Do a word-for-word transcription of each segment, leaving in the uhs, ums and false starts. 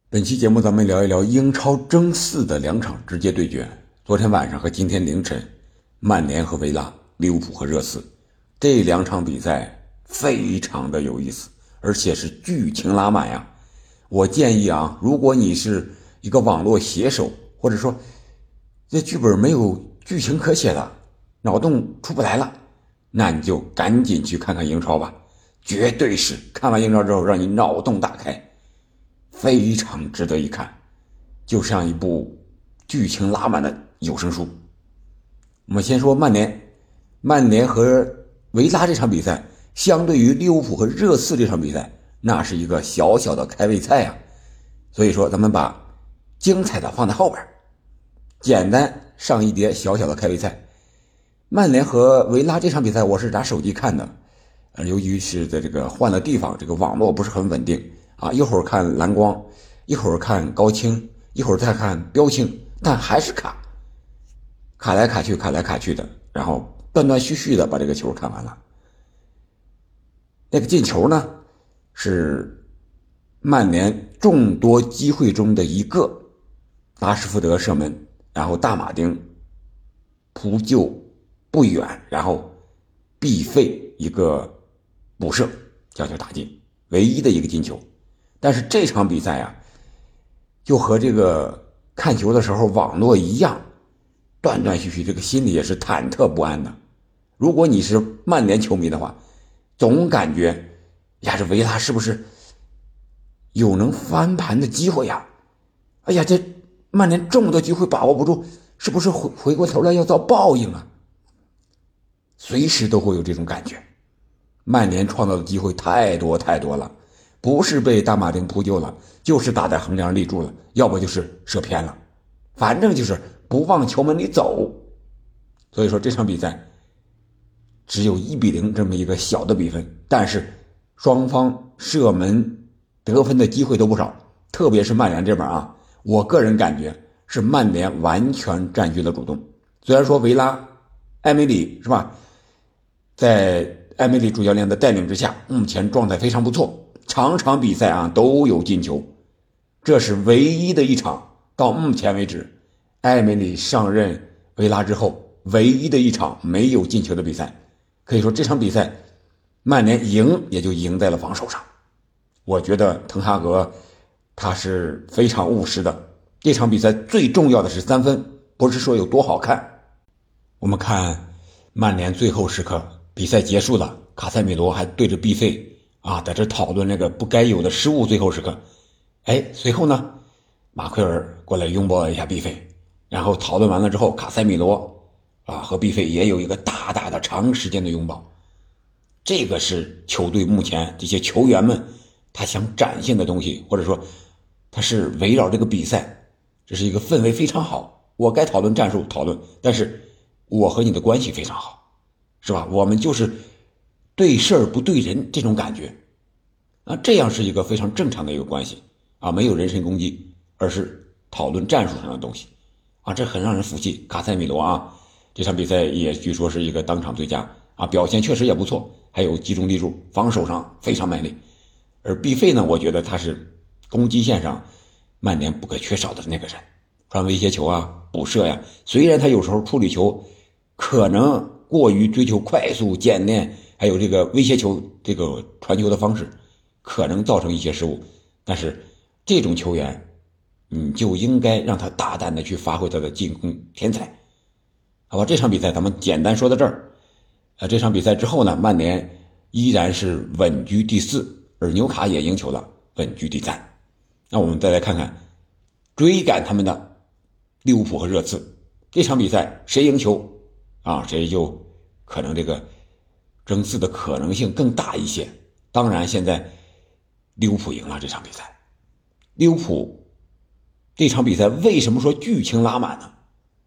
本期节目咱们聊一聊英超争四的两场直接对决，昨天晚上和今天凌晨，曼联和维拉，利物浦和热刺，这两场比赛非常的有意思，而且是剧情拉满呀。我建议啊，如果你是一个网络写手，或者说这剧本没有剧情可写了，脑洞出不来了，那你就赶紧去看看英超吧，绝对是看完英超之后让你脑洞大开，非常值得一看，就像一部剧情拉满的有声书。我们先说曼联，曼联和维拉这场比赛，相对于利物浦和热刺这场比赛，那是一个小小的开胃菜啊。所以说咱们把精彩的放在后边，简单上一碟小小的开胃菜。曼联和维拉这场比赛我是拿手机看的，呃，由于是在这个换了地方，这个网络不是很稳定啊，一会儿看蓝光，一会儿看高清，一会儿再看标清，但还是卡，卡来卡去，卡来卡去的，然后断断续续的把这个球看完了。那个进球呢，是曼联众多机会中的一个，拉什福德射门，然后大马丁扑救不远，然后必费一个补射，将球打进，唯一的一个进球。但是这场比赛啊，就和这个看球的时候网络一样，断断续续，这个心里也是忐忑不安的。如果你是曼联球迷的话，总感觉呀，这维拉是不是有能翻盘的机会呀？哎呀，这曼联这么多机会把握不住，是不是回回过头来要遭报应啊？随时都会有这种感觉。曼联创造的机会太多太多了，不是被大马丁扑救了，就是打在横梁立住了，要不就是射偏了，反正就是不往球门里走。所以说这场比赛只有一比零这么一个小的比分，但是双方射门得分的机会都不少，特别是曼联这边啊，我个人感觉是曼联完全占据了主动。虽然说维拉埃梅里是吧，在埃梅里主教练的带领之下，目前状态非常不错，场场比赛啊都有进球，这是唯一的一场到目前为止埃梅里上任维拉之后唯一的一场没有进球的比赛。可以说这场比赛曼联赢也就赢在了防守上。我觉得滕哈格他是非常务实的，这场比赛最重要的是三分，不是说有多好看。我们看曼联最后时刻，比赛结束了，卡塞米罗还对着毕费啊在这讨论那个不该有的失误。最后时刻，哎，随后呢，马奎尔过来拥抱一下毕费，然后讨论完了之后，卡塞米罗啊和毕费也有一个大大的长时间的拥抱。这个是球队目前这些球员们他想展现的东西，或者说他是围绕这个比赛，这是一个氛围非常好。我该讨论战术讨论，但是我和你的关系非常好，是吧？我们就是对事儿不对人这种感觉啊，这样是一个非常正常的一个关系啊，没有人身攻击，而是讨论战术上的东西啊，这很让人服气。卡塞米罗啊，这场比赛也据说是一个当场最佳啊，表现确实也不错，还有集中力柱，防守上非常卖力。而毕费呢，我觉得他是攻击线上曼联不可缺少的那个人，传威胁球啊，补射呀，虽然他有时候处理球可能过于追求快速简练，还有这个威胁球这个传球的方式可能造成一些失误，但是这种球员你就应该让他大胆的去发挥他的进攻天才。好吧，这场比赛咱们简单说到这儿。呃，这场比赛之后呢，曼联依然是稳居第四，而纽卡也赢球了，稳居第三。那我们再来看看追赶他们的利物浦和热刺，这场比赛谁赢球啊，谁就可能这个争四的可能性更大一些。当然现在利物浦赢了这场比赛。利物浦这场比赛为什么说剧情拉满呢？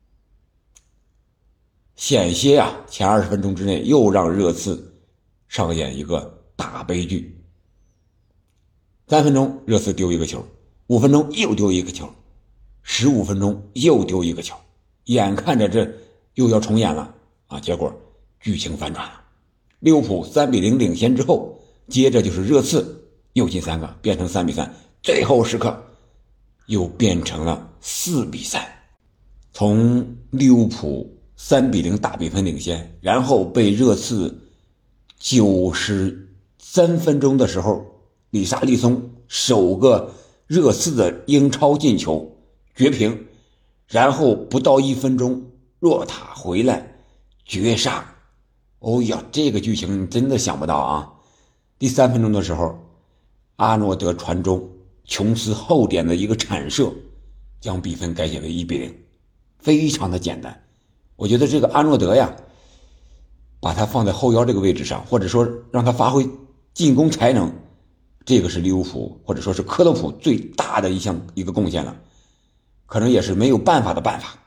险些啊，前二十分钟之内又让热刺上演一个大悲剧。三分钟热刺丢一个球，五分钟又丢一个球，十五分钟又丢一个球，眼看着这又要重演了啊！结果剧情反转了，利物浦三比零领先之后，接着就是热刺又进三个，变成三比三。最后时刻， 又变成了四比三。从利物浦三比零大比分领先，然后被热刺九十三分钟的时候，里沙利松首个热刺的英超进球绝平，然后不到一分钟若塔回来绝杀。哦呀，这个剧情你真的想不到啊！第三分钟的时候，阿诺德传中，琼斯后点的一个铲射，将比分改写为一比零，非常的简单。我觉得这个阿诺德呀，把他放在后腰这个位置上，或者说让他发挥进攻才能，这个是利物浦或者说是克洛普最大的一项一个贡献了，可能也是没有办法的办法。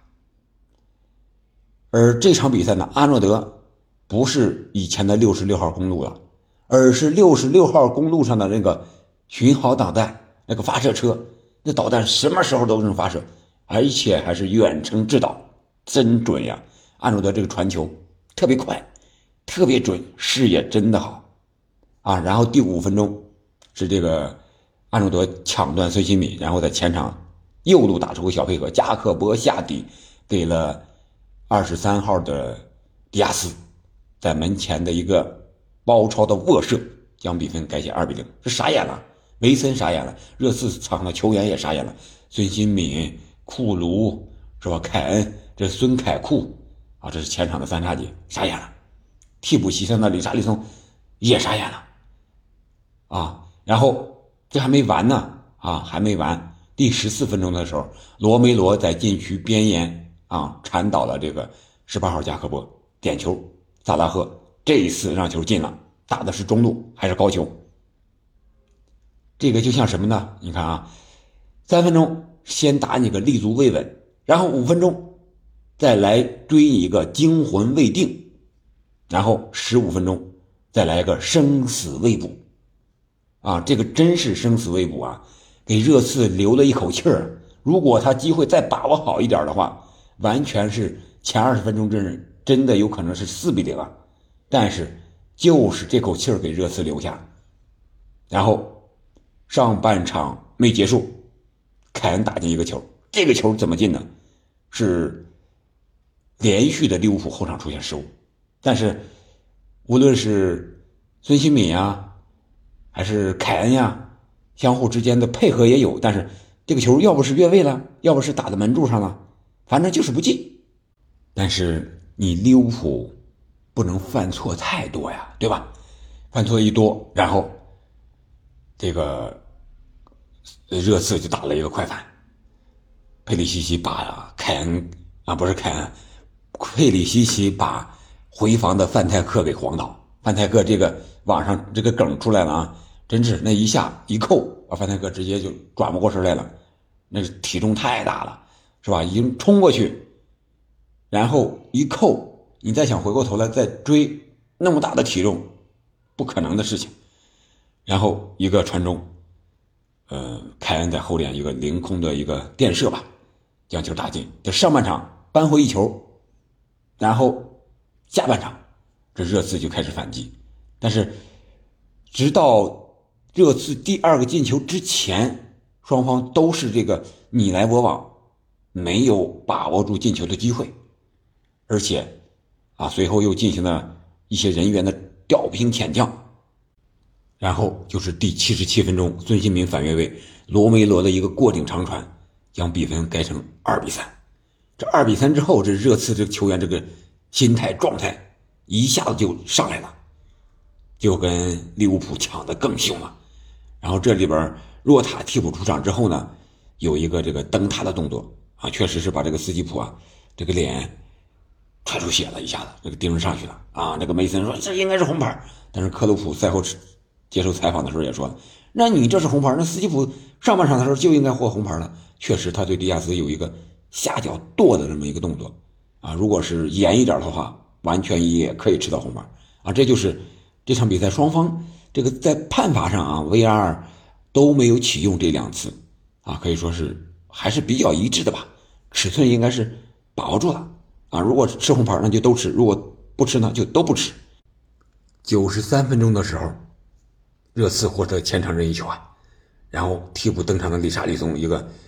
而这场比赛呢，阿诺德不是以前的六十六号公路了，而是六十六号公路上的那个巡航导弹，那个发射车，那导弹什么时候都能发射，而且还是远程制导，真准呀！阿诺德这个传球特别快，特别准，视野真的好啊！然后第五分钟是这个阿诺德抢断孙兴慜，然后在前场右路打出个小配合，加克波下底给了二十三号的迪亚斯，在门前的一个包抄的握射，将比分改写二比零。是傻眼了，维森傻眼了，热刺场的球员也傻眼了，孙兴慜、库卢是吧？凯恩，这孙凯库啊，这是前场的三叉戟，傻眼了。替补席上的里沙利松也傻眼了啊！然后这还没完呢啊，还没完。第十四分钟的时候，罗梅罗在禁区边沿啊铲倒了这个十八号加克波，点球，萨拉赫这一次让球进了，打的是中路还是高球？这个就像什么呢？你看啊，三分钟先打你个立足未稳，然后五分钟再来追你一个惊魂未定，然后十五分钟再来个生死未卜啊！这个真是生死未卜啊，给热刺留了一口气儿。如果他机会再把握好一点的话，完全是前二十分钟真真的有可能是四比零啊！但是就是这口气儿给热刺留下。然后上半场没结束，凯恩打进一个球，这个球怎么进呢？是连续的利物浦后场出现失误，但是无论是孙兴慜呀还是凯恩呀，相互之间的配合也有，但是这个球要不是越位了，要不是打在门柱上了，反正就是不进。但是你利物浦不能犯错太多呀，对吧？犯错一多，然后这个热刺就打了一个快反，佩里西奇把凯恩啊不是凯恩，佩里西奇把回防的范泰克给晃倒。范泰克这个网上这个梗出来了啊，真是那一下一扣，把范泰克直接就转不过身来了，那个体重太大了，是吧？已经冲过去，然后一扣，你再想回过头来再追，那么大的体重，不可能的事情。然后一个传中，呃，凯恩在后点一个凌空的一个垫射吧，将球打进。这上半场扳回一球，然后下半场这热刺就开始反击，但是直到热刺第二个进球之前，双方都是这个你来我往，没有把握住进球的机会，而且啊，随后又进行了一些人员的调兵遣将。然后就是第七十七分钟，孙兴民反越位，罗梅罗的一个过顶长传，将比分改成二比三。这二比三之后，这热刺这个球员这个心态状态一下子就上来了，就跟利物浦抢得更凶了。然后这里边若塔替补出场之后呢，有一个这个蹬他的动作啊，确实是把这个斯基普啊这个脸踹出血了一下子，这个盯上去了啊。这个梅森说这应该是红牌，但是克洛普赛后接受采访的时候也说，那你这是红牌，那斯基普上半场的时候就应该获红牌了。确实他对迪亚斯有一个下脚跺的这么一个动作啊，如果是严一点的话，完全也可以吃到红牌啊。这就是这场比赛双方这个在判罚上啊 V R 都没有启用这两次啊，可以说是还是比较一致的吧，尺寸应该是把握住了啊。如果吃红牌那就都吃，如果不吃呢就都不吃。九十三分钟的时候，热刺获得前场任意球啊，然后替补登场的里沙利松一个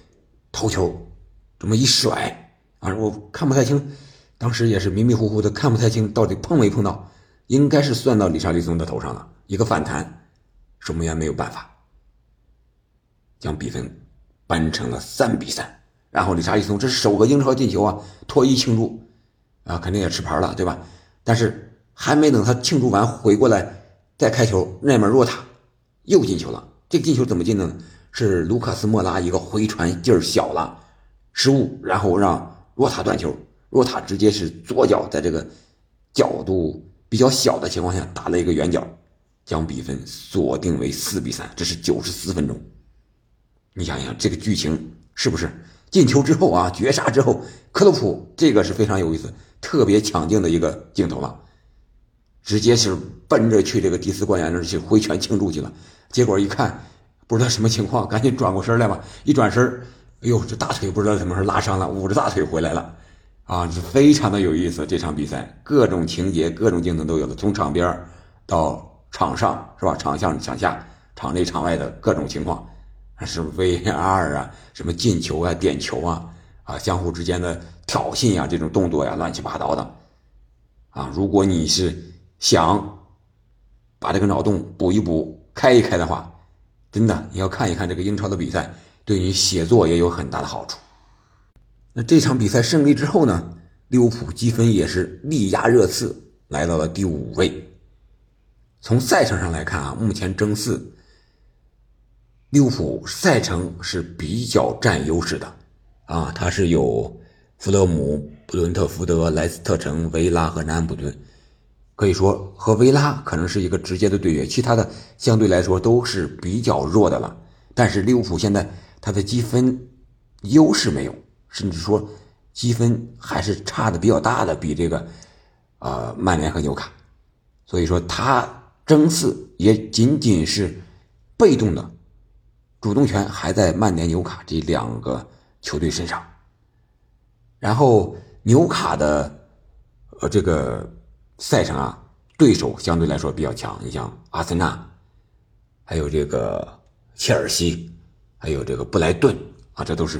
头球这么一甩啊，我看不太清，当时也是迷迷糊糊的，看不太清到底碰没碰到，应该是算到理查利松的头上了，一个反弹，守门员没有办法，将比分扳成了三比三。然后理查利松这是首个英超进球啊，脱衣庆祝啊，肯定也吃牌了，对吧？但是还没等他庆祝完回过来再开球，内马尔若塔又进球了。这个进球怎么进的呢？是卢卡斯莫拉一个回传劲儿小了，失误，然后让若塔断球，若塔直接是左脚在这个角度比较小的情况下打了一个远角，将比分锁定为四比三。这是九十四分钟。你想想这个剧情是不是进球之后啊，绝杀之后，克洛普这个是非常有意思，特别抢镜的一个镜头了，直接是奔着去这个第四官员那儿去挥拳庆祝去了。结果一看不知道什么情况，赶紧转过身来吧，一转身，哎呦，这大腿不知道怎么是拉伤了，捂着大腿回来了啊，是非常的有意思。这场比赛各种情节各种镜头都有了，从场边到场上是吧，场上场下场内场外的各种情况，是 V R 啊，什么进球啊点球啊啊，相互之间的挑衅啊，这种动作呀乱七八糟的啊。如果你是想把这个脑洞补一补开一开的话，真的你要看一看这个英超的比赛，对你写作也有很大的好处。那这场比赛胜利之后呢，利物浦积分也是力压热刺来到了第五位。从赛程上来看啊，目前争四，利物浦赛程是比较占优势的啊，它是有弗勒姆、布伦特福德、莱斯特城、维拉和南安普顿，可以说和维拉可能是一个直接的对决，其他的相对来说都是比较弱的了。但是利物浦现在它的积分优势没有，甚至说积分还是差的比较大的，比这个呃曼联和纽卡，所以说他争四也仅仅是被动的，主动权还在曼联、纽卡这两个球队身上。然后纽卡的呃这个赛程啊，对手相对来说比较强，你像阿森纳，还有这个切尔西，还有这个布莱顿啊，这都是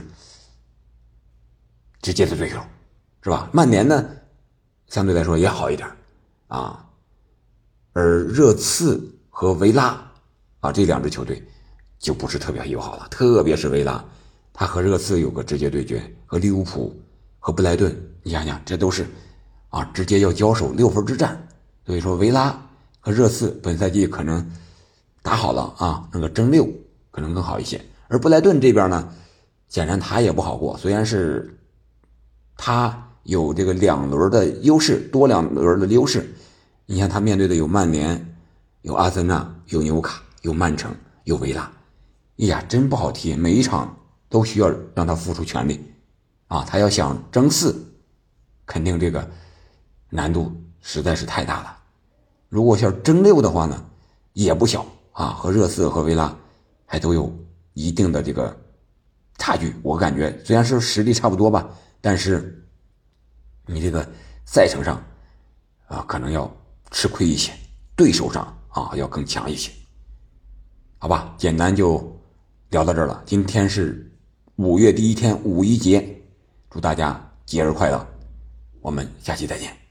直接的对手，是吧？曼联呢相对来说也好一点啊，而热刺和维拉啊这两支球队就不是特别友好了，特别是维拉，他和热刺有个直接对决，和利物浦和布莱顿，你想想这都是啊直接要交手六分之战。所以说维拉和热刺本赛季可能打好了啊，那个争六可能更好一些。而布莱顿这边呢，显然他也不好过，虽然是他有这个两轮的优势，多两轮的优势，你看他面对的有曼联、有阿森纳、有纽卡、有曼城、有维拉，哎呀真不好踢，每一场都需要让他付出全力啊，他要想争四肯定这个难度实在是太大了。如果要争六的话呢也不小啊，和热刺和维拉还都有一定的这个差距。我感觉虽然是实力差不多吧，但是你这个赛程上啊可能要吃亏一些，对手上啊要更强一些。好吧，简单就聊到这儿了。今天是五月第一天，五一节，祝大家节日快乐，我们下期再见。